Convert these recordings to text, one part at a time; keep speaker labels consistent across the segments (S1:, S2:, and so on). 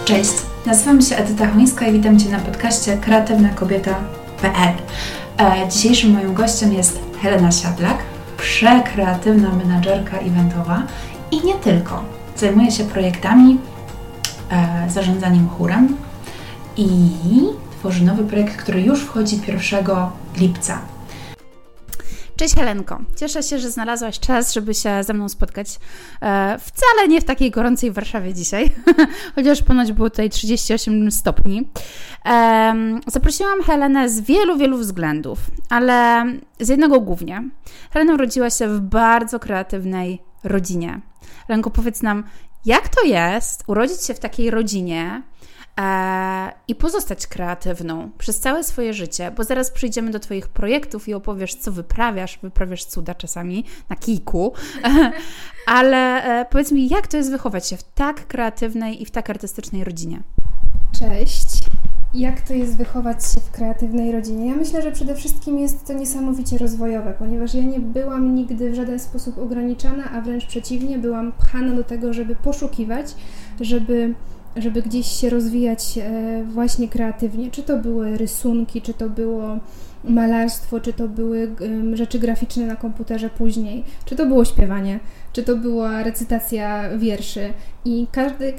S1: Cześć, nazywam się Edyta Chońska i witam Cię na podcaście kreatywnakobieta.pl. Dzisiejszym moim gościem jest Helena Siadlak, przekreatywna menadżerka eventowa i nie tylko. Zajmuje się projektami, zarządzaniem chórem i tworzy nowy projekt, który już wchodzi 1 lipca.
S2: Cześć Helenko, cieszę się, że znalazłaś czas, żeby się ze mną spotkać. Wcale nie w takiej gorącej Warszawie dzisiaj, chociaż ponoć było tutaj 38 stopni. Zaprosiłam Helenę z wielu względów, ale z jednego głównie. Helena urodziła się w bardzo kreatywnej rodzinie. Helenko, powiedz nam, jak to jest urodzić się w takiej rodzinie i pozostać kreatywną przez całe swoje życie, bo zaraz przyjdziemy do Twoich projektów i opowiesz, co wyprawiasz cuda czasami na kijku, ale powiedz mi, jak to jest wychować się w tak kreatywnej i w tak artystycznej rodzinie?
S3: Cześć! Jak to jest wychować się w kreatywnej rodzinie? Ja myślę, że przede wszystkim jest to niesamowicie rozwojowe, ponieważ ja nie byłam nigdy w żaden sposób ograniczana, a wręcz przeciwnie, byłam pchana do tego, żeby poszukiwać, żeby gdzieś się rozwijać właśnie kreatywnie. Czy to były rysunki, czy to było malarstwo, czy to były rzeczy graficzne na komputerze później, czy to było śpiewanie, czy to była recytacja wierszy. I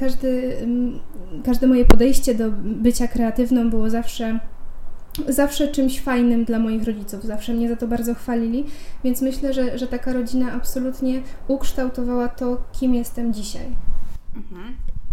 S3: każde moje podejście do bycia kreatywną było zawsze czymś fajnym dla moich rodziców. Zawsze mnie za to bardzo chwalili, więc myślę, że taka rodzina absolutnie ukształtowała to, kim jestem dzisiaj.
S2: Mhm.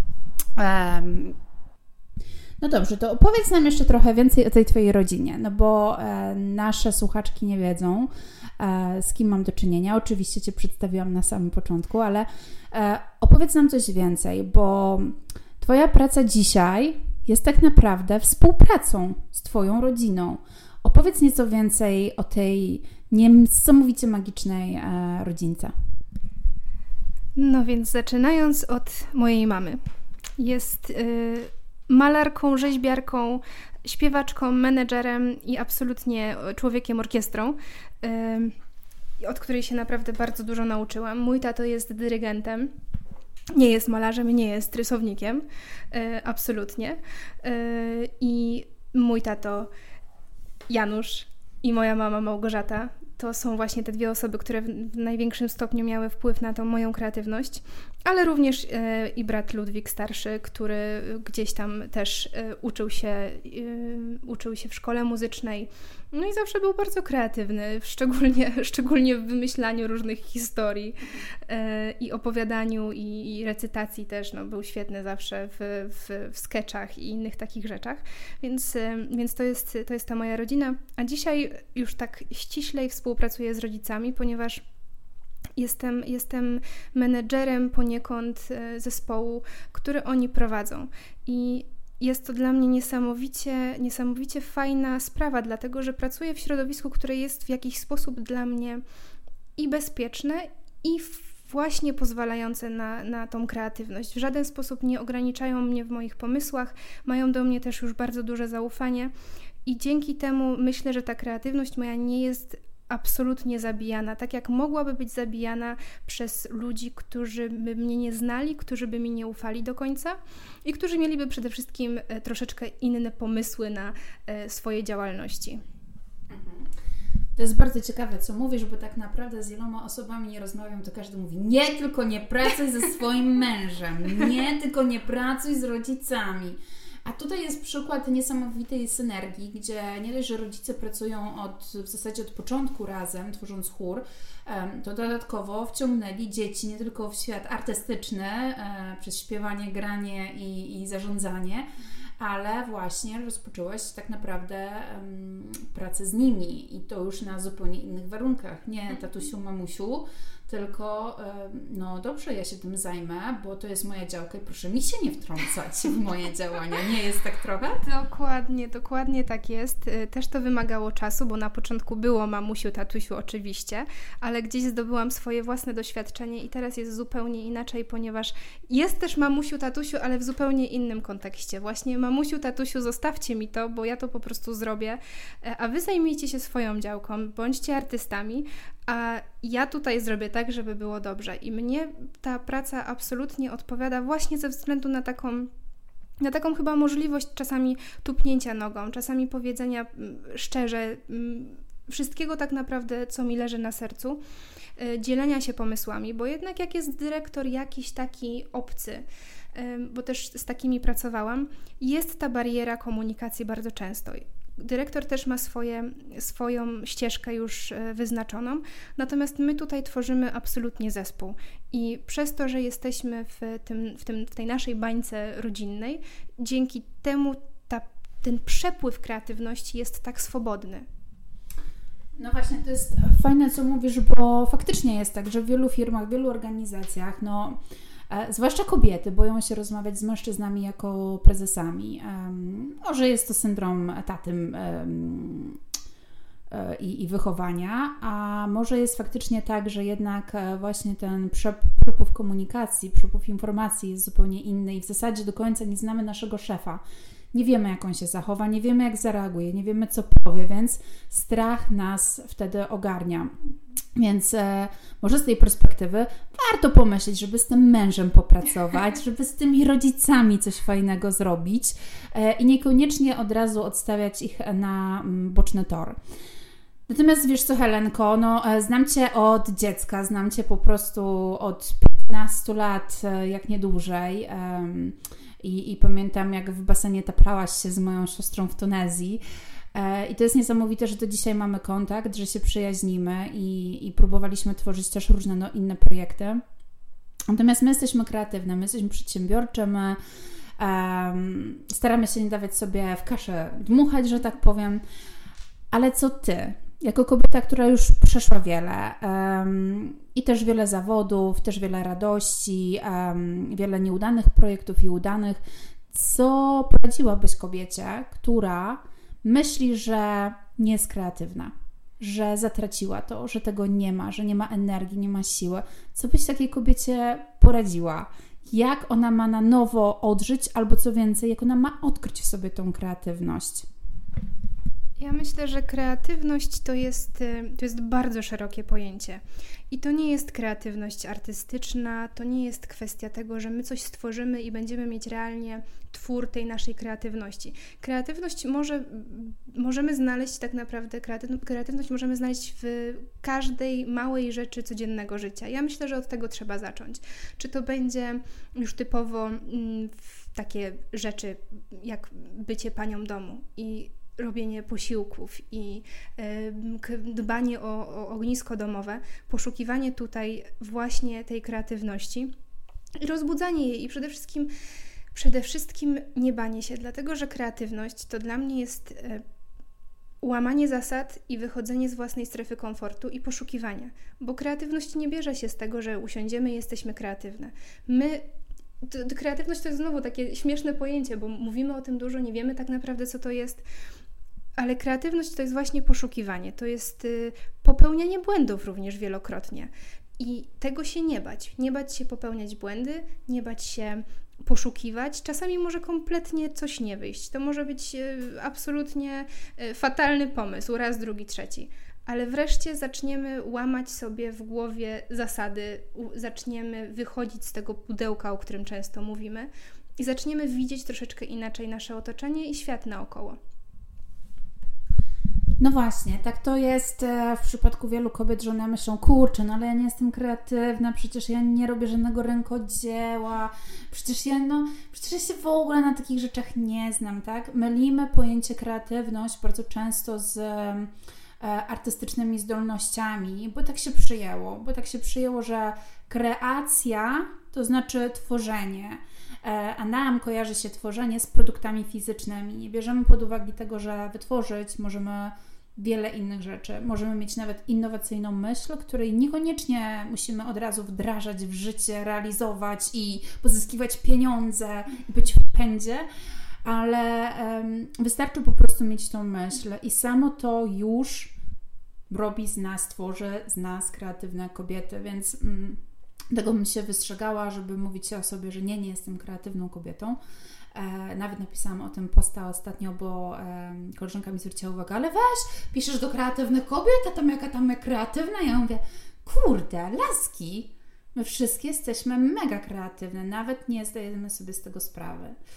S2: No dobrze, to opowiedz nam jeszcze trochę więcej o tej Twojej rodzinie, no bo nasze słuchaczki nie wiedzą, z kim mam do czynienia. Oczywiście Cię przedstawiłam na samym początku, ale opowiedz nam coś więcej, bo Twoja praca dzisiaj jest tak naprawdę współpracą z Twoją rodziną. Opowiedz nieco więcej o tej niesamowicie magicznej rodzince.
S3: No więc zaczynając od mojej mamy. Jest malarką, rzeźbiarką, śpiewaczką, menedżerem i absolutnie człowiekiem orkiestrą, od której się naprawdę bardzo dużo nauczyłam. Mój tato jest dyrygentem, nie jest malarzem, nie jest rysownikiem, absolutnie. I mój tato Janusz i moja mama Małgorzata to są właśnie te dwie osoby, które w największym stopniu miały wpływ na tą moją kreatywność, ale również i brat Ludwik starszy, który gdzieś tam też uczył się w szkole muzycznej. No i zawsze był bardzo kreatywny, szczególnie w wymyślaniu różnych historii i opowiadaniu i recytacji też. No, był świetny zawsze w sketchach i innych takich rzeczach. Więc to jest ta moja rodzina. A dzisiaj już tak ściślej współpracuję z rodzicami, ponieważ jestem menedżerem poniekąd zespołu, który oni prowadzą. I jest to dla mnie niesamowicie fajna sprawa, dlatego że pracuję w środowisku, które jest w jakiś sposób dla mnie i bezpieczne, i właśnie pozwalające na tą kreatywność. W żaden sposób nie ograniczają mnie w moich pomysłach, mają do mnie też już bardzo duże zaufanie i dzięki temu myślę, że ta kreatywność moja nie jest absolutnie zabijana, tak jak mogłaby być zabijana przez ludzi, którzy by mnie nie znali, którzy by mi nie ufali do końca i którzy mieliby przede wszystkim troszeczkę inne pomysły na swoje działalności.
S2: To jest bardzo ciekawe, co mówisz, bo tak naprawdę z wieloma osobami nie rozmawiam, to każdy mówi: nie, tylko nie pracuj ze swoim mężem, nie, tylko nie pracuj z rodzicami. A tutaj jest przykład niesamowitej synergii, gdzie nie dość, że rodzice pracują w zasadzie od początku razem, tworząc chór, to dodatkowo wciągnęli dzieci nie tylko w świat artystyczny, przez śpiewanie, granie i zarządzanie, ale właśnie rozpoczęłaś tak naprawdę pracę z nimi i to już na zupełnie innych warunkach. Nie tatusiu, mamusiu, tylko no dobrze, ja się tym zajmę, bo to jest moja działka i proszę mi się nie wtrącać w moje działania. Nie jest tak trochę?
S3: Dokładnie tak jest. Też to wymagało czasu, bo na początku było mamusiu, tatusiu oczywiście, ale gdzieś zdobyłam swoje własne doświadczenie i teraz jest zupełnie inaczej, ponieważ jest też mamusiu, tatusiu, ale w zupełnie innym kontekście. Właśnie mamusiu, tatusiu, zostawcie mi to, bo ja to po prostu zrobię, a wy zajmijcie się swoją działką, bądźcie artystami, a ja tutaj zrobię tak, żeby było dobrze. I mnie ta praca absolutnie odpowiada właśnie ze względu na taką na taką chyba możliwość czasami tupnięcia nogą, czasami powiedzenia szczerze wszystkiego tak naprawdę, co mi leży na sercu, dzielenia się pomysłami, bo jednak jak jest dyrektor jakiś taki obcy, bo też z takimi pracowałam, jest ta bariera komunikacji bardzo często. Dyrektor też ma swoją ścieżkę już wyznaczoną, natomiast my tutaj tworzymy absolutnie zespół i przez to, że jesteśmy w tej naszej bańce rodzinnej, dzięki temu ten przepływ kreatywności jest tak swobodny.
S2: No właśnie, to jest fajne, co mówisz, bo faktycznie jest tak, że w wielu firmach, w wielu organizacjach, zwłaszcza kobiety boją się rozmawiać z mężczyznami jako prezesami. Może jest to syndrom tatym i wychowania, a może jest faktycznie tak, że jednak właśnie ten przepływ komunikacji, przepływ informacji jest zupełnie inny i w zasadzie do końca nie znamy naszego szefa. Nie wiemy, jak on się zachowa, nie wiemy, jak zareaguje, nie wiemy, co powie, więc strach nas wtedy ogarnia. Więc może z tej perspektywy warto pomyśleć, żeby z tym mężem popracować, żeby z tymi rodzicami coś fajnego zrobić i niekoniecznie od razu odstawiać ich na boczny tor. Natomiast wiesz co, Helenko, znam Cię od dziecka, znam Cię po prostu od 15 lat, jak nie dłużej. I pamiętam, jak w basenie taplałaś się z moją siostrą w Tunezji. I to jest niesamowite, że do dzisiaj mamy kontakt, że się przyjaźnimy i próbowaliśmy tworzyć też różne inne projekty. Natomiast my jesteśmy kreatywne, my jesteśmy przedsiębiorcze, my staramy się nie dawać sobie w kaszę dmuchać, że tak powiem. Ale co Ty? Jako kobieta, która już przeszła wiele i też wiele zawodów, też wiele radości, wiele nieudanych projektów i udanych, co poradziłabyś kobiecie, która myśli, że nie jest kreatywna, że zatraciła to, że tego nie ma, że nie ma energii, nie ma siły? Co byś takiej kobiecie poradziła? Jak ona ma na nowo odżyć, albo co więcej, jak ona ma odkryć w sobie tą kreatywność?
S3: Ja myślę, że kreatywność to jest bardzo szerokie pojęcie. I to nie jest kreatywność artystyczna, to nie jest kwestia tego, że my coś stworzymy i będziemy mieć realnie twór tej naszej kreatywności. Kreatywność możemy znaleźć tak naprawdę, kreatywność możemy znaleźć w każdej małej rzeczy codziennego życia. Ja myślę, że od tego trzeba zacząć. Czy to będzie już typowo takie rzeczy jak bycie panią domu i robienie posiłków i dbanie o ognisko domowe, poszukiwanie tutaj właśnie tej kreatywności i rozbudzanie jej i przede wszystkim nie banie się, dlatego że kreatywność to dla mnie jest łamanie zasad i wychodzenie z własnej strefy komfortu i poszukiwania, bo kreatywność nie bierze się z tego, że usiądziemy i jesteśmy kreatywne. Kreatywność to jest znowu takie śmieszne pojęcie, bo mówimy o tym dużo, nie wiemy tak naprawdę, co to jest. Ale kreatywność to jest właśnie poszukiwanie, to jest popełnianie błędów również wielokrotnie i tego się nie bać. Nie bać się popełniać błędy, nie bać się poszukiwać. Czasami może kompletnie coś nie wyjść. To może być absolutnie fatalny pomysł, raz, drugi, trzeci. Ale wreszcie zaczniemy łamać sobie w głowie zasady, zaczniemy wychodzić z tego pudełka, o którym często mówimy i zaczniemy widzieć troszeczkę inaczej nasze otoczenie i świat naokoło.
S2: No właśnie, tak to jest w przypadku wielu kobiet, że one myślą, kurczę, no ale ja nie jestem kreatywna, przecież ja nie robię żadnego rękodzieła, przecież ja się w ogóle na takich rzeczach nie znam, tak? Mylimy pojęcie kreatywność bardzo często z artystycznymi zdolnościami, bo tak się przyjęło, że kreacja to znaczy tworzenie, a nam kojarzy się tworzenie z produktami fizycznymi. Nie bierzemy pod uwagę tego, że wytworzyć możemy wiele innych rzeczy. Możemy mieć nawet innowacyjną myśl, której niekoniecznie musimy od razu wdrażać w życie, realizować i pozyskiwać pieniądze i być w pędzie, ale wystarczy po prostu mieć tą myśl i samo to już robi z nas, tworzy z nas kreatywne kobiety, więc tego bym się wystrzegała, żeby mówić o sobie, że nie jestem kreatywną kobietą. Nawet napisałam o tym posta ostatnio, bo koleżanka mi zwróciła uwagę, ale weź, piszesz do kreatywnych kobiet, a tam jaka tam kreatywna? Ja mówię, kurde, laski, my wszystkie jesteśmy mega kreatywne, nawet nie zdajemy sobie z tego sprawy.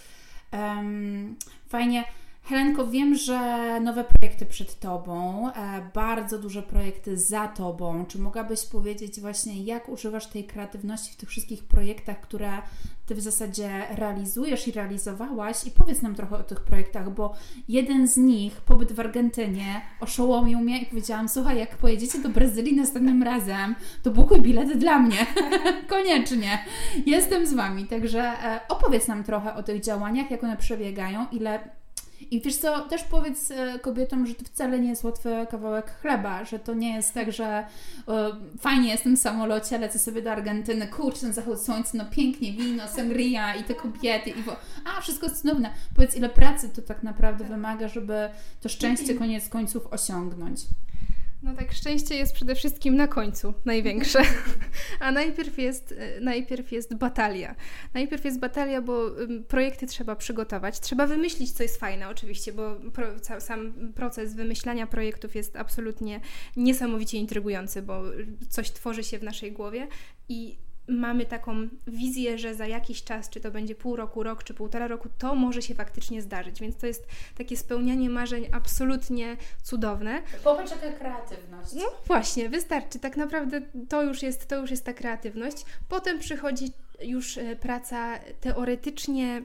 S2: Fajnie. Helenko, wiem, że nowe projekty przed Tobą, bardzo duże projekty za Tobą. Czy mogłabyś powiedzieć właśnie, jak używasz tej kreatywności w tych wszystkich projektach, które Ty w zasadzie realizujesz i realizowałaś? I powiedz nam trochę o tych projektach, bo jeden z nich, pobyt w Argentynie, oszołomił mnie i powiedziałam, słuchaj, jak pojedziecie do Brazylii następnym razem, to bukuj bilet dla mnie. Koniecznie. Jestem z Wami. Także opowiedz nam trochę o tych działaniach, jak one przebiegają, I wiesz co, też powiedz kobietom, że to wcale nie jest łatwy kawałek chleba, że to nie jest tak, że fajnie jestem w samolocie, lecę sobie do Argentyny, kurczę, ten zachód słońca, no pięknie, wino, sangria i te kobiety, wszystko jest cudowne. Powiedz, ile pracy to tak naprawdę wymaga, żeby to szczęście koniec końców osiągnąć.
S3: No tak, szczęście jest przede wszystkim na końcu, największe. A najpierw jest batalia. Najpierw jest batalia, bo projekty trzeba przygotować. Trzeba wymyślić, co jest fajne oczywiście, bo sam proces wymyślania projektów jest absolutnie niesamowicie intrygujący, bo coś tworzy się w naszej głowie i mamy taką wizję, że za jakiś czas, czy to będzie pół roku, rok, czy 1,5 roku, to może się faktycznie zdarzyć, więc to jest takie spełnianie marzeń absolutnie cudowne.
S2: Popatrz, jaka kreatywność.
S3: No właśnie, wystarczy, tak naprawdę to już jest ta kreatywność. Potem przychodzi już praca teoretycznie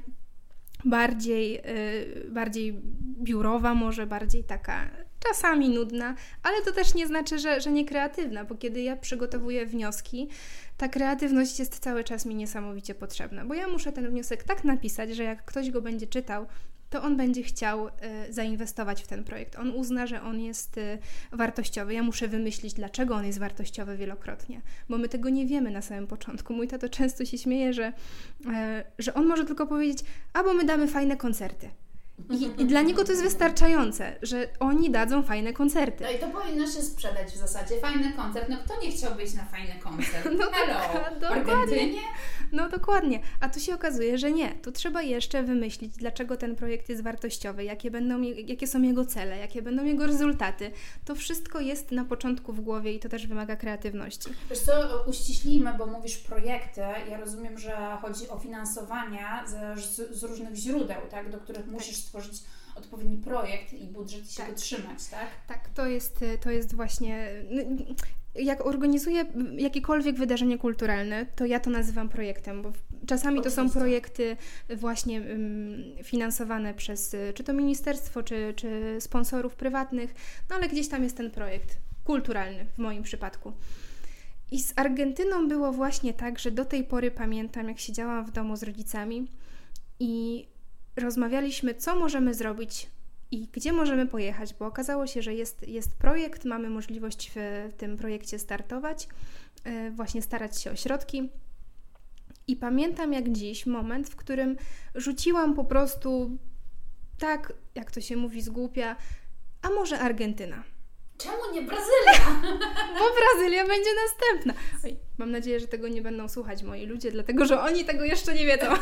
S3: bardziej biurowa, może bardziej taka czasami nudna, ale to też nie znaczy, że nie kreatywna, bo kiedy ja przygotowuję wnioski, ta kreatywność jest cały czas mi niesamowicie potrzebna, bo ja muszę ten wniosek tak napisać, że jak ktoś go będzie czytał, to on będzie chciał zainwestować w ten projekt. On uzna, że on jest wartościowy. Ja muszę wymyślić, dlaczego on jest wartościowy wielokrotnie, bo my tego nie wiemy na samym początku. Mój tato często się śmieje, że on może tylko powiedzieć, bo my damy fajne koncerty. I dla niego to jest wystarczające, że oni dadzą fajne koncerty.
S2: No i to powinno się sprzedać w zasadzie. Fajny koncert. No kto nie chciałby iść na fajny koncert?
S3: No
S2: hello,
S3: dokładnie.
S2: Argentynie?
S3: No dokładnie. A tu się okazuje, że nie. Tu trzeba jeszcze wymyślić, dlaczego ten projekt jest wartościowy, jakie są jego cele, jakie będą jego rezultaty. To wszystko jest na początku w głowie i to też wymaga kreatywności.
S2: Wiesz co, uściślimy, bo mówisz projekty. Ja rozumiem, że chodzi o finansowania z różnych źródeł, tak, do których musisz stworzyć odpowiedni projekt i budżet się dotrzymać, tak?
S3: Tak, to jest właśnie... Jak organizuję jakiekolwiek wydarzenie kulturalne, to ja to nazywam projektem, bo czasami to są projekty właśnie finansowane przez czy to ministerstwo, czy sponsorów prywatnych, no ale gdzieś tam jest ten projekt kulturalny w moim przypadku. I z Argentyną było właśnie tak, że do tej pory pamiętam, jak siedziałam w domu z rodzicami i rozmawialiśmy, co możemy zrobić i gdzie możemy pojechać, bo okazało się, że jest projekt, mamy możliwość w tym projekcie startować, właśnie starać się o środki. I pamiętam jak dziś moment, w którym rzuciłam po prostu tak, jak to się mówi z głupia, a może Argentyna?
S2: Czemu nie Brazylia?
S3: Bo Brazylia będzie następna. Oj, mam nadzieję, że tego nie będą słuchać moi ludzie, dlatego że oni tego jeszcze nie wiedzą.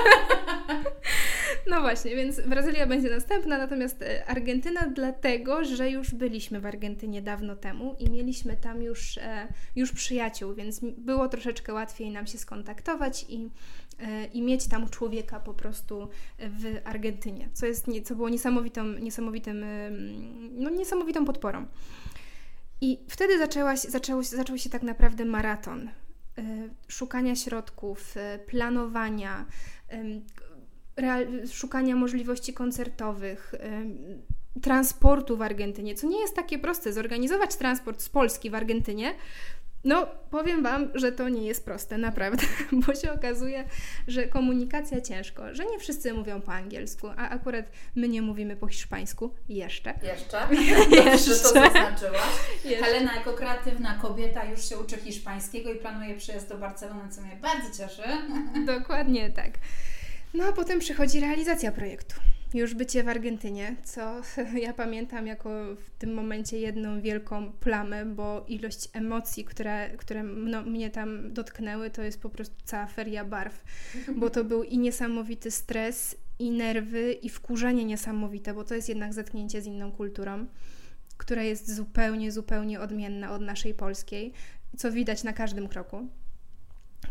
S3: No właśnie, więc Brazylia będzie następna, natomiast Argentyna dlatego, że już byliśmy w Argentynie dawno temu i mieliśmy tam już przyjaciół, więc było troszeczkę łatwiej nam się skontaktować i mieć tam człowieka po prostu w Argentynie, co było niesamowitą podporą. I wtedy zaczął się tak naprawdę maraton szukania środków, planowania, szukania możliwości koncertowych, transportu w Argentynie, co nie jest takie proste. Zorganizować transport z Polski w Argentynie, no powiem Wam, że to nie jest proste, naprawdę, bo się okazuje, że komunikacja ciężko, że nie wszyscy mówią po angielsku, a akurat my nie mówimy po hiszpańsku jeszcze.
S2: Dobrze, to zaznaczyłaś. Helena jako kreatywna kobieta już się uczy hiszpańskiego i planuje przyjazd do Barcelony, co mnie bardzo cieszy.
S3: Dokładnie tak. No a potem przychodzi realizacja projektu. Już bycie w Argentynie, co ja pamiętam jako w tym momencie jedną wielką plamę, bo ilość emocji, które mnie tam dotknęły, to jest po prostu cała feria barw, bo to był i niesamowity stres, i nerwy, i wkurzenie niesamowite, bo to jest jednak zetknięcie z inną kulturą, która jest zupełnie, zupełnie odmienna od naszej polskiej, co widać na każdym kroku.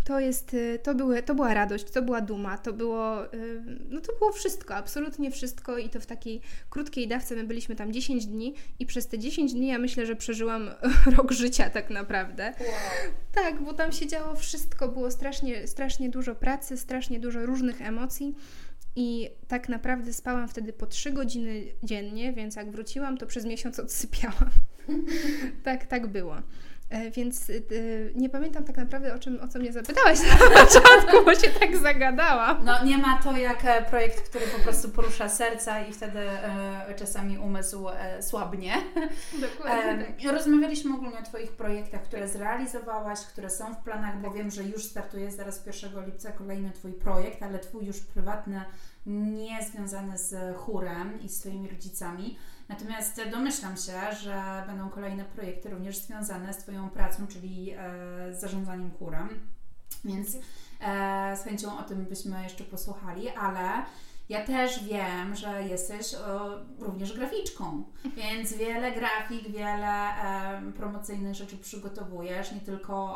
S3: To była radość, to była duma, to było wszystko, absolutnie wszystko i to w takiej krótkiej dawce. My byliśmy tam 10 dni i przez te 10 dni ja myślę, że przeżyłam rok życia tak naprawdę.
S2: Wow.
S3: Tak, bo tam się działo wszystko, było strasznie dużo pracy, strasznie dużo różnych emocji i tak naprawdę spałam wtedy po 3 godziny dziennie, więc jak wróciłam, to przez miesiąc odsypiałam. Tak było. Więc nie pamiętam tak naprawdę, o co mnie zapytałaś na początku, bo się tak zagadałam.
S2: No nie ma to jak projekt, który po prostu porusza serca i wtedy czasami umysł słabnie.
S3: Dokładnie tak.
S2: Rozmawialiśmy ogólnie o Twoich projektach, które zrealizowałaś, które są w planach, bo wiem, że już startuje zaraz 1 lipca kolejny Twój projekt, ale Twój już prywatny, nie związany z chórem i z Twoimi rodzicami. Natomiast domyślam się, że będą kolejne projekty również związane z Twoją pracą, czyli z zarządzaniem chórem, więc z chęcią o tym byśmy jeszcze posłuchali, ale ja też wiem, że jesteś również graficzką, więc wiele grafik, wiele promocyjnych rzeczy przygotowujesz, nie tylko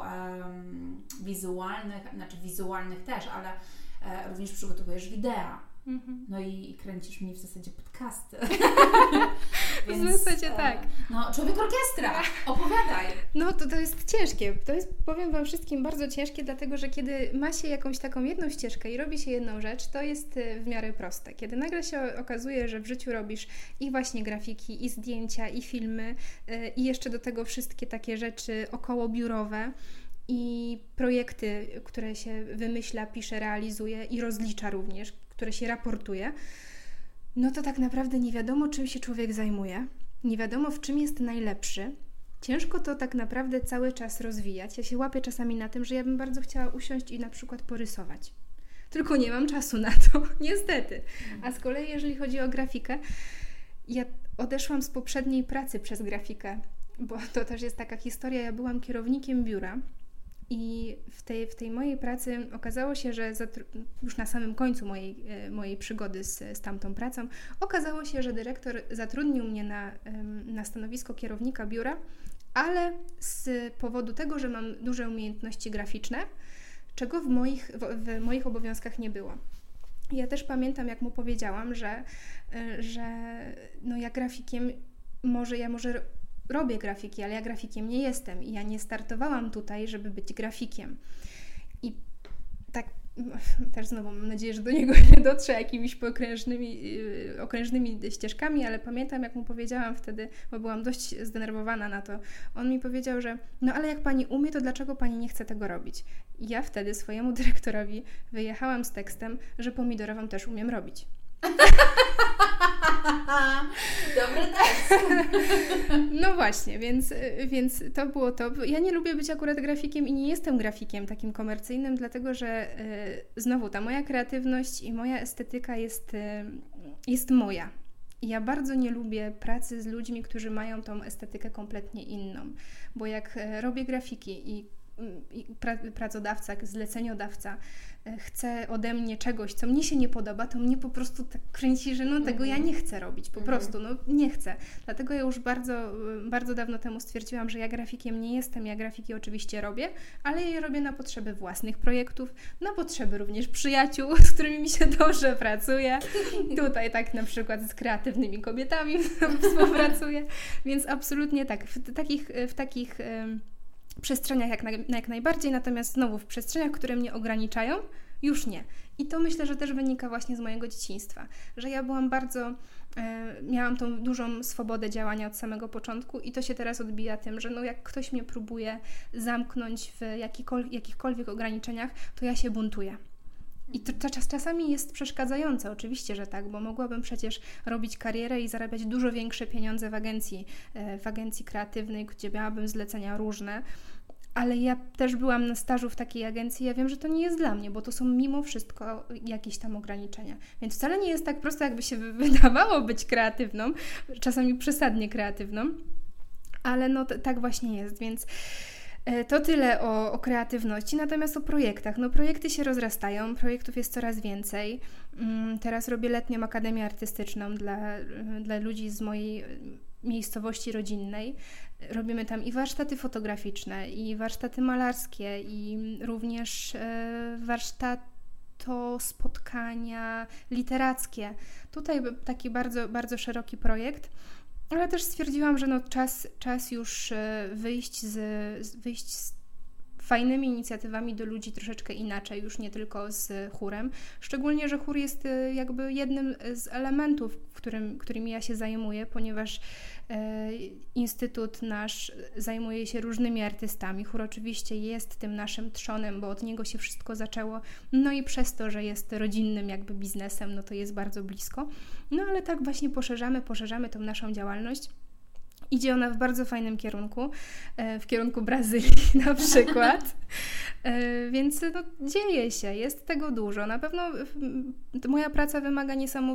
S2: wizualnych też, ale również przygotowujesz wideo. No i kręcisz mi w zasadzie podcasty.
S3: Więc, w zasadzie tak.
S2: No, człowiek orkiestra, opowiadaj.
S3: No to jest ciężkie. To jest, powiem Wam wszystkim, bardzo ciężkie, dlatego że kiedy ma się jakąś taką jedną ścieżkę i robi się jedną rzecz, to jest w miarę proste. Kiedy nagle się okazuje, że w życiu robisz i właśnie grafiki, i zdjęcia, i filmy, i jeszcze do tego wszystkie takie rzeczy okołobiurowe, i projekty, które się wymyśla, pisze, realizuje i rozlicza również, które się raportuje, no to tak naprawdę nie wiadomo, czym się człowiek zajmuje, nie wiadomo, w czym jest najlepszy. Ciężko to tak naprawdę cały czas rozwijać. Ja się łapię czasami na tym, że ja bym bardzo chciała usiąść i na przykład porysować. Tylko nie mam czasu na to, niestety. A z kolei, jeżeli chodzi o grafikę, ja odeszłam z poprzedniej pracy przez grafikę, bo to też jest taka historia, ja byłam kierownikiem biura. I w tej mojej pracy okazało się, że już na samym końcu mojej przygody z tamtą pracą, okazało się, że dyrektor zatrudnił mnie na stanowisko kierownika biura, ale z powodu tego, że mam duże umiejętności graficzne, czego w moich obowiązkach nie było. Ja też pamiętam, jak mu powiedziałam, że no ja grafikiem może robię grafiki, ale ja grafikiem nie jestem i ja nie startowałam tutaj, żeby być grafikiem. I tak też znowu mam nadzieję, że do niego nie dotrze jakimiś okrężnymi ścieżkami, ale pamiętam, jak mu powiedziałam wtedy, bo byłam dość zdenerwowana na to. On mi powiedział, że no ale jak pani umie, to dlaczego pani nie chce tego robić? I ja wtedy swojemu dyrektorowi wyjechałam z tekstem, że pomidorową też umiem robić.
S2: Dobry tekst.
S3: No właśnie, więc to było to. Ja nie lubię być akurat grafikiem i nie jestem grafikiem takim komercyjnym, dlatego że znowu ta moja kreatywność i moja estetyka jest moja. I ja bardzo nie lubię pracy z ludźmi, którzy mają tą estetykę kompletnie inną, bo jak robię grafiki i pracodawca, zleceniodawca chce ode mnie czegoś, co mnie się nie podoba, to mnie po prostu tak kręci, że no tego ja nie chcę robić, po prostu, no nie chcę. Dlatego ja już bardzo, bardzo dawno temu stwierdziłam, że ja grafikiem nie jestem, ja grafiki oczywiście robię, ale je robię na potrzeby własnych projektów, na potrzeby również przyjaciół, z którymi mi się dobrze pracuje. Tutaj tak na przykład z kreatywnymi kobietami współpracuję, więc absolutnie tak, w takich przestrzeniach jak najbardziej, natomiast znowu w przestrzeniach, które mnie ograniczają, już nie. I to myślę, że też wynika właśnie z mojego dzieciństwa, że ja byłam miałam tą dużą swobodę działania od samego początku i to się teraz odbija tym, że no jak ktoś mnie próbuje zamknąć w jakichkolwiek ograniczeniach, to ja się buntuję. I to czasami jest przeszkadzające, oczywiście, że tak, bo mogłabym przecież robić karierę i zarabiać dużo większe pieniądze w agencji kreatywnej, gdzie miałabym zlecenia różne, ale ja też byłam na stażu w takiej agencji, ja wiem, że to nie jest dla mnie, bo to są mimo wszystko jakieś tam ograniczenia. Więc wcale nie jest tak prosto, jakby się wydawało być kreatywną, czasami przesadnie kreatywną, ale no tak właśnie jest, więc to tyle o kreatywności, natomiast o projektach. No projekty się rozrastają, projektów jest coraz więcej. Teraz robię letnią akademię artystyczną dla ludzi z mojej miejscowości rodzinnej. Robimy tam i warsztaty fotograficzne, i warsztaty malarskie, i również spotkania literackie. Tutaj taki bardzo, bardzo szeroki projekt, ale też stwierdziłam, że czas już wyjść z fajnymi inicjatywami do ludzi troszeczkę inaczej, już nie tylko z chórem. Szczególnie, że chór jest jakby jednym z elementów, którymi ja się zajmuję, ponieważ instytut nasz zajmuje się różnymi artystami. Chór oczywiście jest tym naszym trzonem, bo od niego się wszystko zaczęło. No i przez to, że jest rodzinnym jakby biznesem, no to jest bardzo blisko. No ale tak właśnie poszerzamy tą naszą działalność. Idzie ona w bardzo fajnym kierunku, w kierunku Brazylii na przykład, więc no, dzieje się, jest tego dużo. Na pewno moja praca wymaga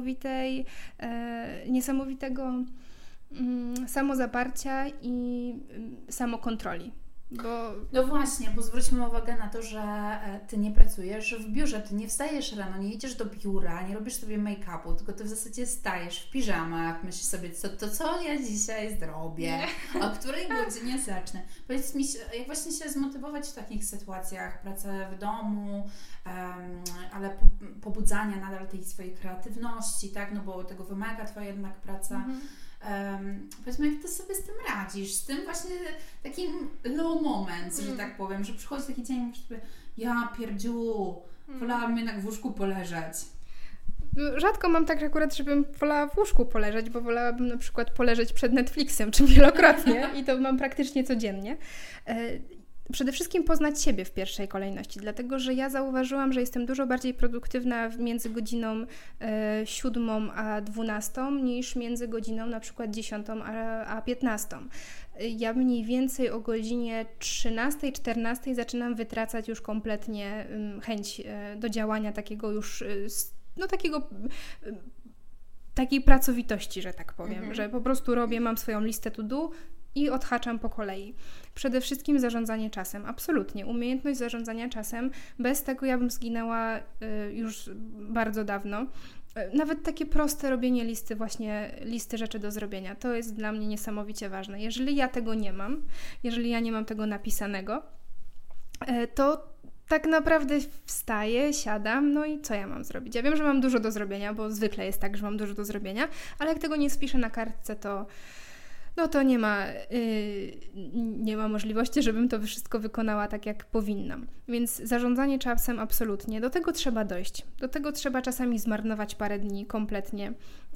S3: niesamowitego samozaparcia i samokontroli.
S2: No właśnie, bo zwróćmy uwagę na to, że Ty nie pracujesz w biurze, Ty nie wstajesz rano, nie idziesz do biura, nie robisz sobie make-upu, tylko Ty w zasadzie stajesz w piżamach, myślisz sobie, co ja dzisiaj zrobię, o której godzinie zacznę. Powiedz mi, jak właśnie się zmotywować w takich sytuacjach, pracę w domu, ale pobudzania nadal tej swojej kreatywności, tak, no bo tego wymaga Twoja jednak praca. Powiedzmy, jak Ty sobie z tym radzisz, z tym właśnie takim low moments, że tak powiem, że przychodzi taki dzień i mówisz sobie, ja pierdziu, wolałabym jednak w łóżku poleżeć.
S3: Rzadko mam tak akurat, żebym wolała w łóżku poleżeć, bo wolałabym na przykład poleżeć przed Netflixem, czy wielokrotnie i to mam praktycznie codziennie. Przede wszystkim poznać siebie w pierwszej kolejności, dlatego że ja zauważyłam, że jestem dużo bardziej produktywna między godziną 7 a 12 niż między godziną na przykład 10 a 15. Ja mniej więcej o godzinie 13-14 zaczynam wytracać już kompletnie chęć do działania takiego już, no takiej pracowitości, że tak powiem, że po prostu mam swoją listę to do i odhaczam po kolei. Przede wszystkim zarządzanie czasem, absolutnie. Umiejętność zarządzania czasem, bez tego ja bym zginęła już bardzo dawno. Nawet takie proste robienie listy rzeczy do zrobienia, to jest dla mnie niesamowicie ważne. Jeżeli ja tego nie mam, jeżeli ja nie mam tego napisanego, to tak naprawdę wstaję, siadam, no i co ja mam zrobić? Ja wiem, że mam dużo do zrobienia, bo zwykle jest tak, że mam dużo do zrobienia, ale jak tego nie spiszę na kartce, to nie ma możliwości, żebym to wszystko wykonała tak, jak powinnam. Więc zarządzanie czasem absolutnie. Do tego trzeba dojść. Do tego trzeba czasami zmarnować parę dni kompletnie.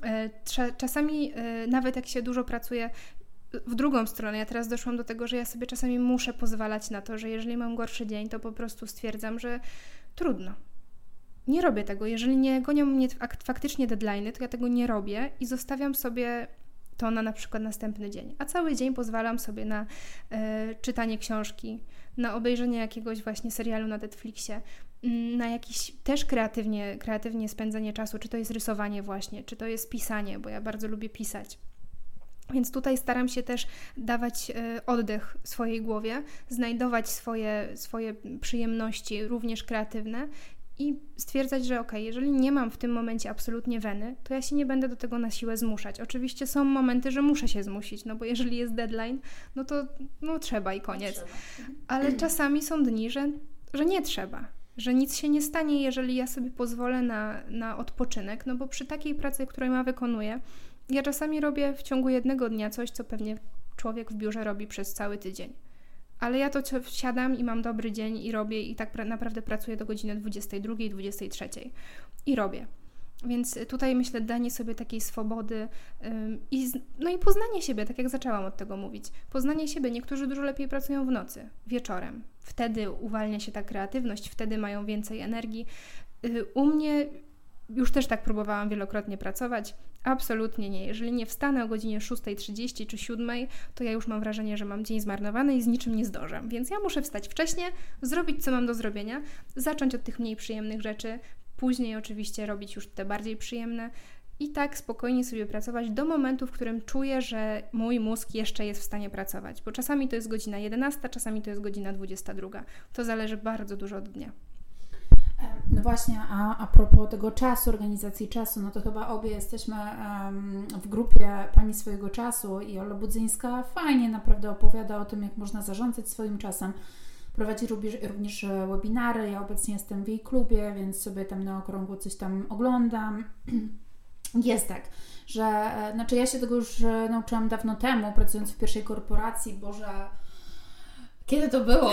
S3: Czasami nawet jak się dużo pracuje w drugą stronę, ja teraz doszłam do tego, że ja sobie czasami muszę pozwalać na to, że jeżeli mam gorszy dzień, to po prostu stwierdzam, że trudno. Nie robię tego. Jeżeli nie gonią mnie faktycznie deadline'y, to ja tego nie robię i zostawiam sobie to na przykład następny dzień. A cały dzień pozwalam sobie na czytanie książki, na obejrzenie jakiegoś właśnie serialu na Netflixie, na jakiś też kreatywnie spędzenie czasu, czy to jest rysowanie właśnie, czy to jest pisanie, bo ja bardzo lubię pisać. Więc tutaj staram się też dawać oddech swojej głowie, znajdować swoje przyjemności, również kreatywne i stwierdzać, że jeżeli nie mam w tym momencie absolutnie weny, to ja się nie będę do tego na siłę zmuszać. Oczywiście są momenty, że muszę się zmusić, no bo jeżeli jest deadline, no to trzeba i koniec. Ale czasami są dni, że nie trzeba, że nic się nie stanie, jeżeli ja sobie pozwolę na odpoczynek, no bo przy takiej pracy, którą ja wykonuję, ja czasami robię w ciągu jednego dnia coś, co pewnie człowiek w biurze robi przez cały tydzień. Ale ja to siadam i mam dobry dzień i robię i tak naprawdę pracuję do godziny 22, 23 i robię. Więc tutaj myślę, danie sobie takiej swobody i poznanie siebie, tak jak zaczęłam od tego mówić. Poznanie siebie. Niektórzy dużo lepiej pracują w nocy, wieczorem. Wtedy uwalnia się ta kreatywność, wtedy mają więcej energii. U mnie już też tak próbowałam wielokrotnie pracować. Absolutnie nie. Jeżeli nie wstanę o godzinie 6:30 czy 7:00, to ja już mam wrażenie, że mam dzień zmarnowany i z niczym nie zdążę. Więc ja muszę wstać wcześnie, zrobić co mam do zrobienia, zacząć od tych mniej przyjemnych rzeczy, później oczywiście robić już te bardziej przyjemne i tak spokojnie sobie pracować do momentu, w którym czuję, że mój mózg jeszcze jest w stanie pracować. Bo czasami to jest godzina 11, czasami to jest godzina 22. To zależy bardzo dużo od dnia.
S2: No właśnie, a propos tego czasu, organizacji czasu, no to chyba obie jesteśmy w grupie Pani Swojego Czasu i Ola Budzyńska fajnie naprawdę opowiada o tym, jak można zarządzać swoim czasem. Prowadzi również webinary, ja obecnie jestem w jej klubie, więc sobie tam na okrągło coś tam oglądam. Jest tak, że znaczy ja się tego już nauczyłam dawno temu, pracując w pierwszej korporacji, Boże, kiedy to było?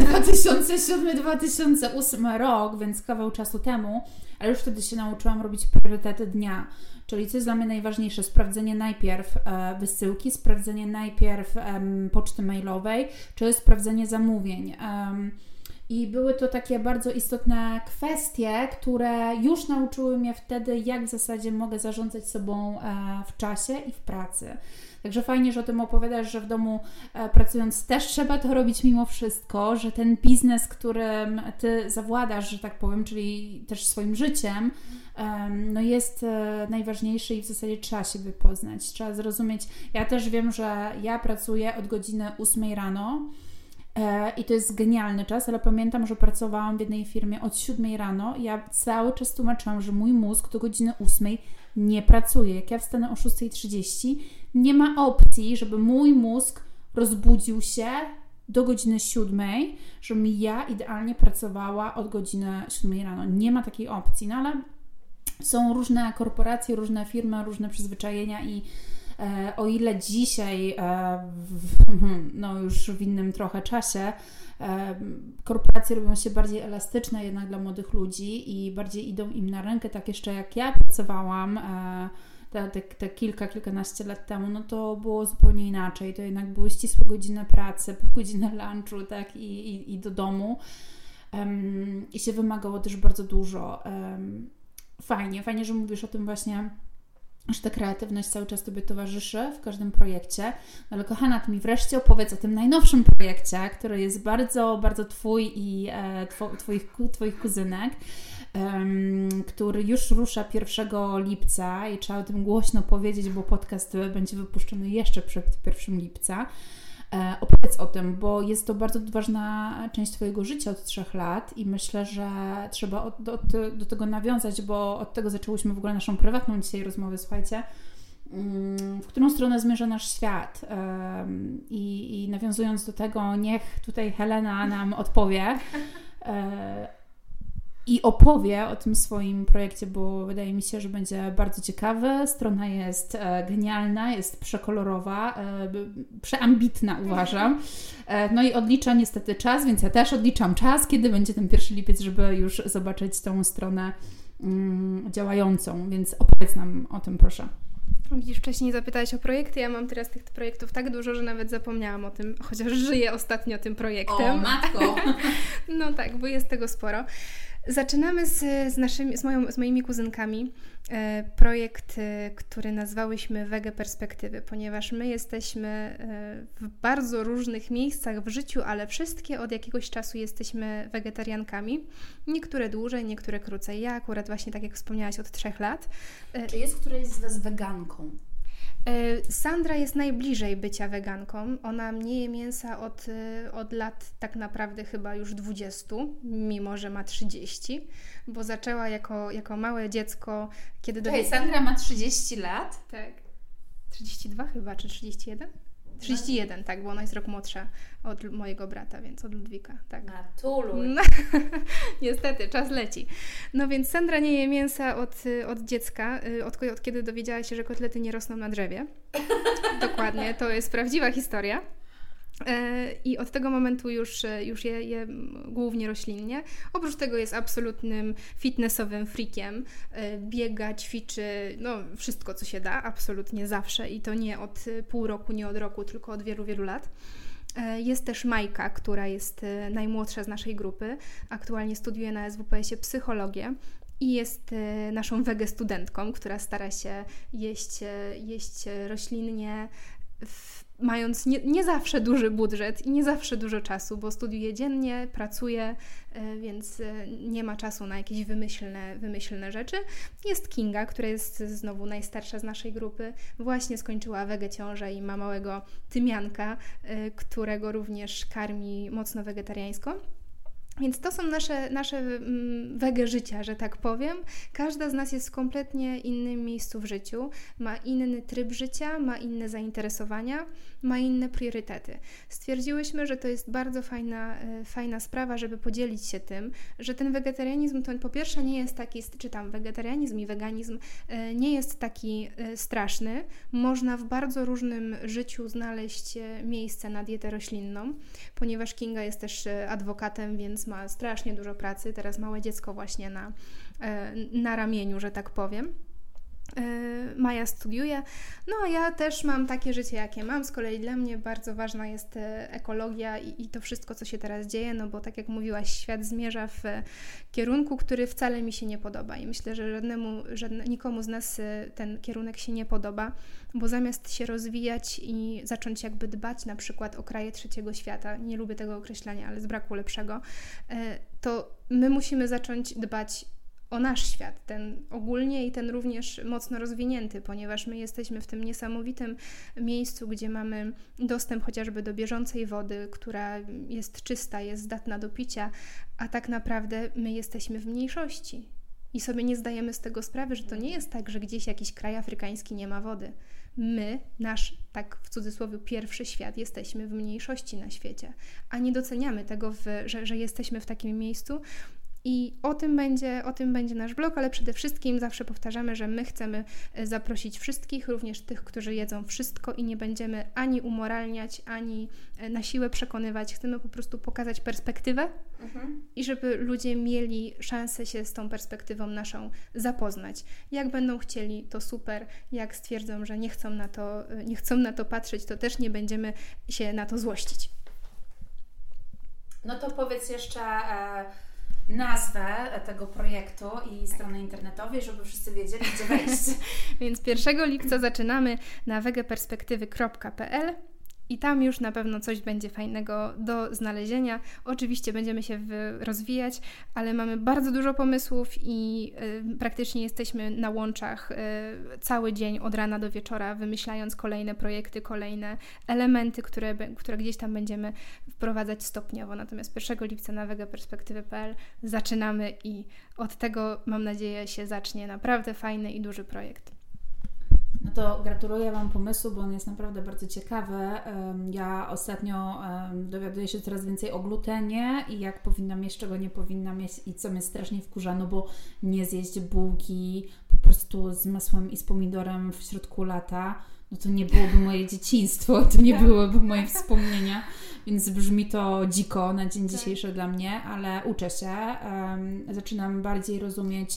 S2: 2007-2008 rok, więc kawał czasu temu, ale już wtedy się nauczyłam robić priorytety dnia, czyli co jest dla mnie najważniejsze, sprawdzenie najpierw wysyłki, sprawdzenie najpierw poczty mailowej, czy sprawdzenie zamówień. I były to takie bardzo istotne kwestie, które już nauczyły mnie wtedy, jak w zasadzie mogę zarządzać sobą w czasie i w pracy. Także fajnie, że o tym opowiadasz, że w domu pracując też trzeba to robić mimo wszystko, że ten biznes, którym Ty zawładasz, że tak powiem, czyli też swoim życiem, no jest najważniejszy i w zasadzie trzeba siebie poznać, trzeba zrozumieć. Ja też wiem, że ja pracuję od godziny 8 rano, i to jest genialny czas, ale pamiętam, że pracowałam w jednej firmie od 7 rano i ja cały czas tłumaczyłam, że mój mózg do godziny 8 nie pracuje. Jak ja wstanę o 6:30, nie ma opcji, żeby mój mózg rozbudził się do godziny 7, żebym ja idealnie pracowała od godziny 7 rano. Nie ma takiej opcji, no ale są różne korporacje, różne firmy, różne przyzwyczajenia i o ile dzisiaj, no już w innym trochę czasie, korporacje robią się bardziej elastyczne jednak dla młodych ludzi i bardziej idą im na rękę, tak jeszcze jak ja pracowałam te kilkanaście lat temu, no to było zupełnie inaczej. To jednak były ścisłe godziny pracy, pół godziny lunchu, tak, i do domu. I się wymagało też bardzo dużo. Fajnie, że mówisz o tym właśnie, że ta kreatywność cały czas Tobie towarzyszy w każdym projekcie. No ale kochana, Ty mi wreszcie opowiedz o tym najnowszym projekcie, który jest bardzo, bardzo Twój i Twoich kuzynek, który już rusza 1 lipca i trzeba o tym głośno powiedzieć, bo podcast będzie wypuszczony jeszcze przed 1 lipca. Opowiedz o tym, bo jest to bardzo ważna część Twojego życia od 3 lat i myślę, że trzeba do tego nawiązać, bo od tego zaczęłyśmy w ogóle naszą prywatną dzisiaj rozmowę, słuchajcie, w którą stronę zmierza nasz świat. I nawiązując do tego, niech tutaj Helena nam odpowie i opowie o tym swoim projekcie, bo wydaje mi się, że będzie bardzo ciekawy. Strona jest genialna, jest przekolorowa, przeambitna uważam. No i odlicza niestety czas, więc ja też odliczam czas, kiedy będzie ten 1 lipiec, żeby już zobaczyć tą stronę działającą. Więc opowiedz nam o tym, proszę.
S3: Widzisz, wcześniej zapytałaś o projekty, ja mam teraz tych projektów tak dużo, że nawet zapomniałam o tym, chociaż żyję ostatnio tym projektem.
S2: O, matko!
S3: No tak, bo jest tego sporo. Zaczynamy z moimi kuzynkami projekt, który nazwałyśmy Wege Perspektywy, ponieważ my jesteśmy w bardzo różnych miejscach w życiu, ale wszystkie od jakiegoś czasu jesteśmy wegetariankami. Niektóre dłużej, niektóre krócej. Ja akurat właśnie, tak jak wspomniałaś, od 3 lat.
S2: Czy jest któraś z Was weganką?
S3: Sandra jest najbliżej bycia weganką. Ona nie je mięsa od lat tak naprawdę chyba już 20, mimo że ma 30, bo zaczęła jako małe dziecko, kiedy...
S2: Sandra ma 30 lat?
S3: Tak. 32 chyba, czy 31? 31, tak, bo ona jest rok młodsza od mojego brata, więc od Ludwika, tak.
S2: Natuluj.
S3: No, niestety, czas leci. No więc Sandra nie je mięsa od dziecka, od kiedy dowiedziała się, że kotlety nie rosną na drzewie. Dokładnie, to jest prawdziwa historia. I od tego momentu już je głównie roślinnie. Oprócz tego jest absolutnym fitnessowym freakiem. Biega, ćwiczy, no wszystko co się da, absolutnie zawsze i to nie od pół roku, nie od roku, tylko od wielu, wielu lat. Jest też Majka, która jest najmłodsza z naszej grupy. Aktualnie studiuje na SWPS-ie psychologię i jest naszą wege studentką, która stara się jeść roślinnie, mając nie zawsze duży budżet i nie zawsze dużo czasu, bo studiuje dziennie, pracuje, więc nie ma czasu na jakieś wymyślne rzeczy. Jest Kinga, która jest znowu najstarsza z naszej grupy. Właśnie skończyła wege ciążę i ma małego tymianka, którego również karmi mocno wegetariańsko. Więc to są nasze wege życia, że tak powiem. Każda z nas jest w kompletnie innym miejscu w życiu, ma inny tryb życia, ma inne zainteresowania, ma inne priorytety. Stwierdziłyśmy, że to jest bardzo fajna sprawa, żeby podzielić się tym, że ten wegetarianizm to po pierwsze nie jest taki, czy tam wegetarianizm i weganizm nie jest taki straszny. Można w bardzo różnym życiu znaleźć miejsce na dietę roślinną, ponieważ Kinga jest też adwokatem, więc ma strasznie dużo pracy. Teraz małe dziecko właśnie na ramieniu, że tak powiem. Maja studiuje, no a ja też mam takie życie, jakie mam. Z kolei dla mnie bardzo ważna jest ekologia i to wszystko, co się teraz dzieje, no bo tak jak mówiłaś, świat zmierza w kierunku, który wcale mi się nie podoba i myślę, że nikomu z nas ten kierunek się nie podoba, bo zamiast się rozwijać i zacząć jakby dbać na przykład o kraje trzeciego świata, nie lubię tego określenia, ale z braku lepszego, to my musimy zacząć dbać o nasz świat, ten ogólnie i ten również mocno rozwinięty, ponieważ my jesteśmy w tym niesamowitym miejscu, gdzie mamy dostęp chociażby do bieżącej wody, która jest czysta, jest zdatna do picia, a tak naprawdę my jesteśmy w mniejszości i sobie nie zdajemy z tego sprawy, że to nie jest tak, że gdzieś jakiś kraj afrykański nie ma wody. My, nasz, tak w cudzysłowie, pierwszy świat, jesteśmy w mniejszości na świecie, a nie doceniamy tego, że jesteśmy w takim miejscu. I o tym będzie nasz blog, ale przede wszystkim zawsze powtarzamy, że my chcemy zaprosić wszystkich, również tych, którzy jedzą wszystko i nie będziemy ani umoralniać, ani na siłę przekonywać. Chcemy po prostu pokazać perspektywę i żeby ludzie mieli szansę się z tą perspektywą naszą zapoznać. Jak będą chcieli, to super. Jak stwierdzą, że nie chcą na to patrzeć, to też nie będziemy się na to złościć.
S2: No to powiedz jeszcze nazwę tego projektu i strony internetowej, żeby wszyscy wiedzieli, gdzie wejść.
S3: Więc 1 lipca zaczynamy na wegeperspektywy.pl i tam już na pewno coś będzie fajnego do znalezienia. Oczywiście będziemy się rozwijać, ale mamy bardzo dużo pomysłów i praktycznie jesteśmy na łączach cały dzień od rana do wieczora, wymyślając kolejne projekty, kolejne elementy, które gdzieś tam będziemy wprowadzać stopniowo. Natomiast 1 lipca na wegeperspektywy.pl zaczynamy i od tego, mam nadzieję, się zacznie naprawdę fajny i duży projekt.
S2: No to gratuluję Wam pomysłu, bo on jest naprawdę bardzo ciekawy. Ja ostatnio dowiaduję się coraz więcej o glutenie i jak powinnam jeść, czego nie powinnam jeść i co mnie strasznie wkurza, no bo nie zjeść bułki po prostu z masłem i z pomidorem w środku lata, no to nie byłoby moje dzieciństwo, to nie byłyby moje wspomnienia, więc brzmi to dziko na dzień dzisiejszy dla mnie, ale uczę się, zaczynam bardziej rozumieć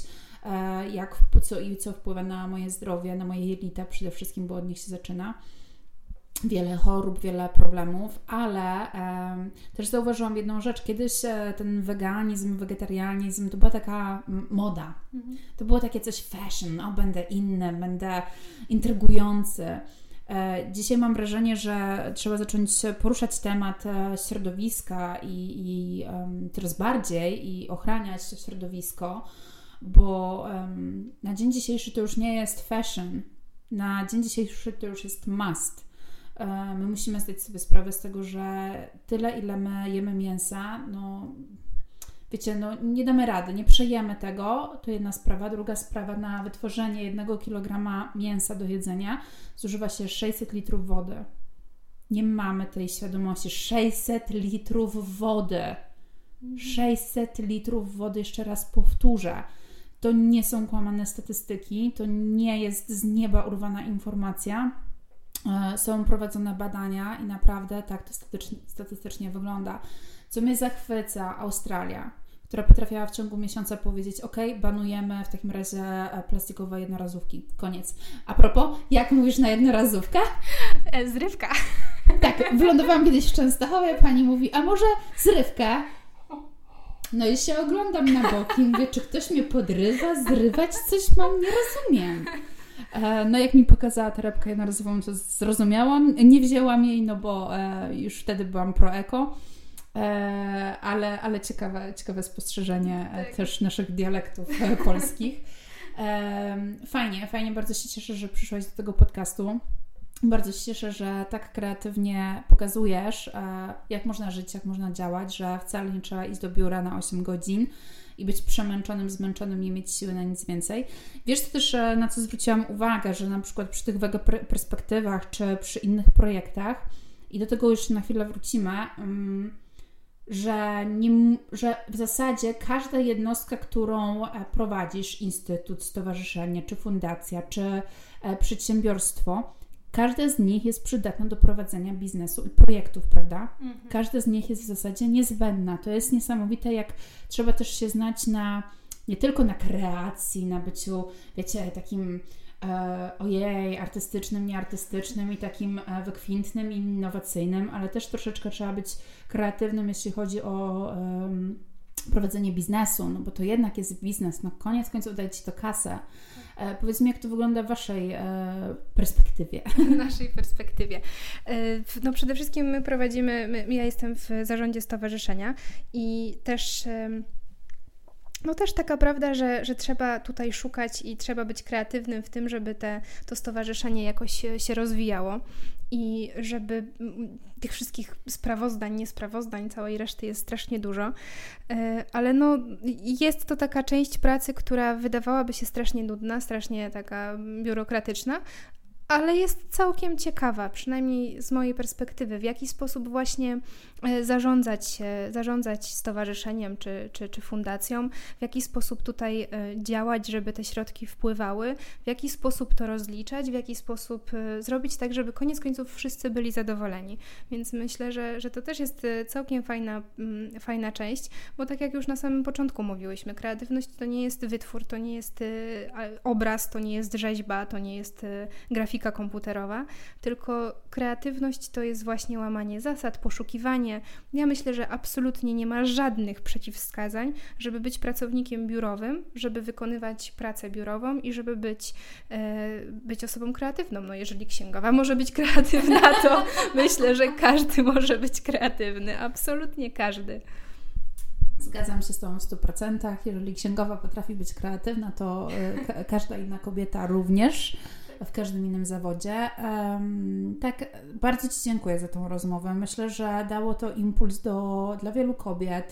S2: co wpływa na moje zdrowie, na moje jelita przede wszystkim, bo od nich się zaczyna. Wiele chorób, wiele problemów, ale też zauważyłam jedną rzecz. Kiedyś ten weganizm, wegetarianizm to była taka moda. To było takie coś fashion, będę inny, będę intrygujący. Dzisiaj mam wrażenie, że trzeba zacząć poruszać temat środowiska i coraz bardziej i ochraniać środowisko, bo na dzień dzisiejszy to już nie jest fashion, na dzień dzisiejszy to już jest must. My musimy zdać sobie sprawę z tego, że tyle, ile my jemy mięsa, no wiecie, no nie damy rady, nie przejemy tego, to jedna sprawa. Druga sprawa, na wytworzenie 1 kg mięsa do jedzenia zużywa się 600 litrów wody. Nie mamy tej świadomości. 600 litrów wody. 600 litrów wody, jeszcze raz powtórzę. To nie są kłamane statystyki, to nie jest z nieba urwana informacja. Są prowadzone badania i naprawdę tak to statystycznie wygląda. Co mnie zachwyca, Australia, która potrafiła w ciągu miesiąca powiedzieć: OK, banujemy w takim razie plastikowe jednorazówki. Koniec. A propos, jak mówisz na jednorazówkę?
S3: Zrywka.
S2: Tak, wylądowałam kiedyś w Częstochowie, pani mówi: a może zrywkę? No i się oglądam na boki, mówię, czy ktoś mnie podrywa, zrywać coś mam, nie rozumiem. No jak mi pokazała torebkę jednorazową, to zrozumiałam. Nie wzięłam jej, no bo już wtedy byłam pro-eko, ale ciekawe spostrzeżenie też naszych dialektów polskich. Fajnie, bardzo się cieszę, że przyszłaś do tego podcastu. Bardzo się cieszę, że tak kreatywnie pokazujesz, jak można żyć, jak można działać, że wcale nie trzeba iść do biura na 8 godzin i być przemęczonym, zmęczonym, nie mieć siły na nic więcej. Wiesz to też, na co zwróciłam uwagę, że na przykład przy tych wege perspektywach czy przy innych projektach, i do tego jeszcze na chwilę wrócimy, że w zasadzie każda jednostka, którą prowadzisz, instytut, stowarzyszenie, czy fundacja, czy przedsiębiorstwo, każde z nich jest przydatne do prowadzenia biznesu i projektów, prawda? Każda z nich jest w zasadzie niezbędna. To jest niesamowite, jak trzeba też się znać nie tylko na kreacji, na byciu, wiecie, takim artystycznym, nieartystycznym i takim wykwintnym i innowacyjnym, ale też troszeczkę trzeba być kreatywnym, jeśli chodzi o prowadzenie biznesu, no bo to jednak jest biznes, no koniec końców daje Ci to kasę. Powiedz mi, jak to wygląda w Waszej perspektywie?
S3: W naszej perspektywie. No przede wszystkim my prowadzimy, ja jestem w zarządzie stowarzyszenia i też... No też taka prawda, że trzeba tutaj szukać i trzeba być kreatywnym w tym, żeby to stowarzyszenie jakoś się rozwijało i żeby tych wszystkich sprawozdań, niesprawozdań, całej reszty jest strasznie dużo, ale no jest to taka część pracy, która wydawałaby się strasznie nudna, strasznie taka biurokratyczna, ale jest całkiem ciekawa, przynajmniej z mojej perspektywy, w jaki sposób właśnie zarządzać stowarzyszeniem czy fundacją, w jaki sposób tutaj działać, żeby te środki wpływały, w jaki sposób to rozliczać, w jaki sposób zrobić tak, żeby koniec końców wszyscy byli zadowoleni. Więc myślę, że to też jest całkiem fajna część, bo tak jak już na samym początku mówiłyśmy, kreatywność to nie jest wytwór, to nie jest obraz, to nie jest rzeźba, to nie jest grafika komputerowa, tylko kreatywność to jest właśnie łamanie zasad, poszukiwanie. Ja myślę, że absolutnie nie ma żadnych przeciwwskazań, żeby być pracownikiem biurowym, żeby wykonywać pracę biurową i żeby być osobą kreatywną. No jeżeli księgowa może być kreatywna, to myślę, że każdy może być kreatywny. Absolutnie każdy.
S2: Zgadzam się z Tobą w 100%. Jeżeli księgowa potrafi być kreatywna, to każda inna kobieta również. W każdym innym zawodzie. Tak, bardzo Ci dziękuję za tą rozmowę. Myślę, że dało to impuls dla wielu kobiet,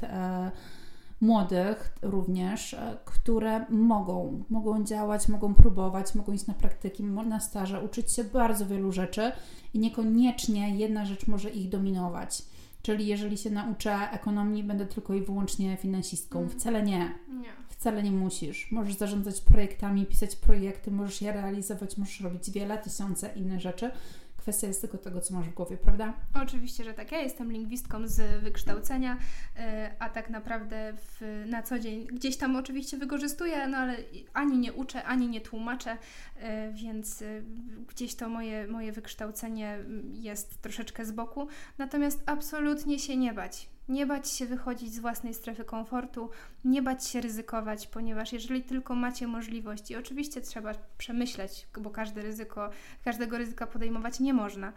S2: młodych również, które mogą działać, mogą próbować, mogą iść na praktyki, na staże, uczyć się bardzo wielu rzeczy i niekoniecznie jedna rzecz może ich dominować. Czyli jeżeli się nauczę ekonomii, będę tylko i wyłącznie finansistką. Wcale nie. Wcale nie musisz. Możesz zarządzać projektami, pisać projekty, możesz je realizować, możesz robić tysiące innych rzeczy. Kwestia jest tylko tego, co masz w głowie, prawda?
S3: Oczywiście, że tak. Ja jestem lingwistką z wykształcenia, a tak naprawdę na co dzień gdzieś tam oczywiście wykorzystuję, no ale ani nie uczę, ani nie tłumaczę, więc gdzieś to moje wykształcenie jest troszeczkę z boku. Natomiast absolutnie się nie bać. Nie bać się wychodzić z własnej strefy komfortu, nie bać się ryzykować, ponieważ jeżeli tylko macie możliwość i oczywiście trzeba przemyśleć, bo każdego ryzyka podejmować nie można,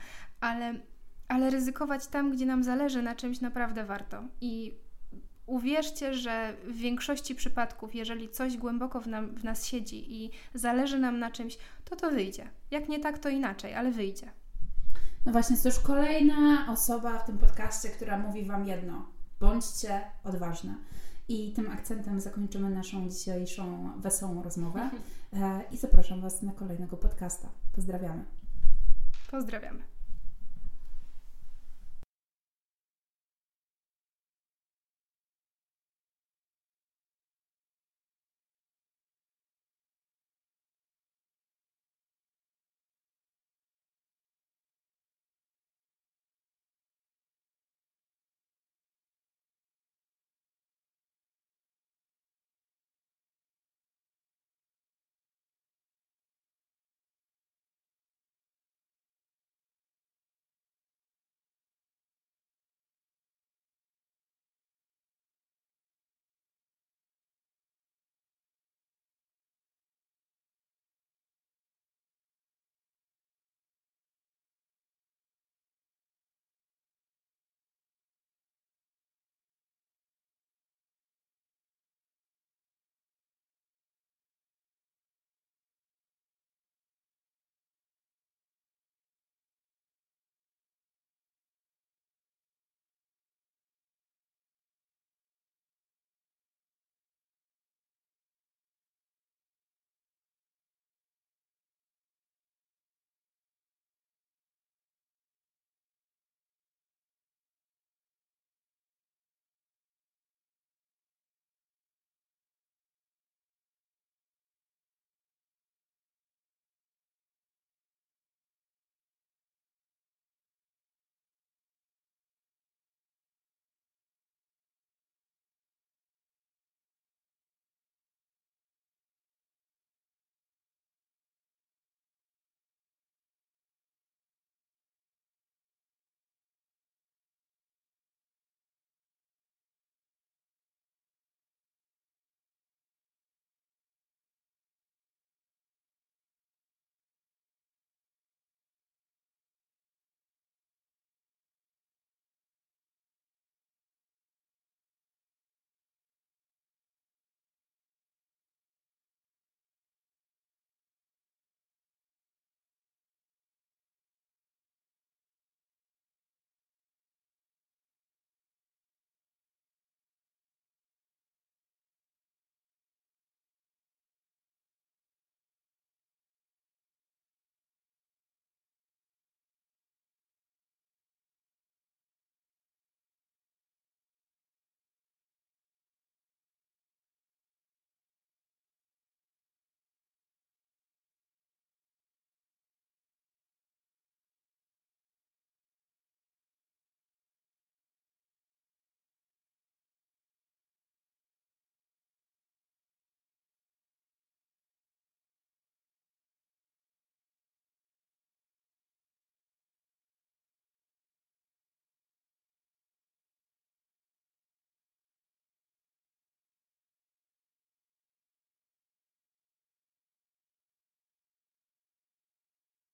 S3: ale ryzykować tam, gdzie nam zależy, na czymś naprawdę warto. I uwierzcie, że w większości przypadków, jeżeli coś głęboko w nas siedzi i zależy nam na czymś, to wyjdzie. Jak nie tak, to inaczej, ale wyjdzie.
S2: No właśnie, jest to już kolejna osoba w tym podcaście, która mówi Wam jedno. Bądźcie odważne. I tym akcentem zakończymy naszą dzisiejszą wesołą rozmowę i zapraszam Was na kolejnego podcasta. Pozdrawiamy.
S3: Pozdrawiamy.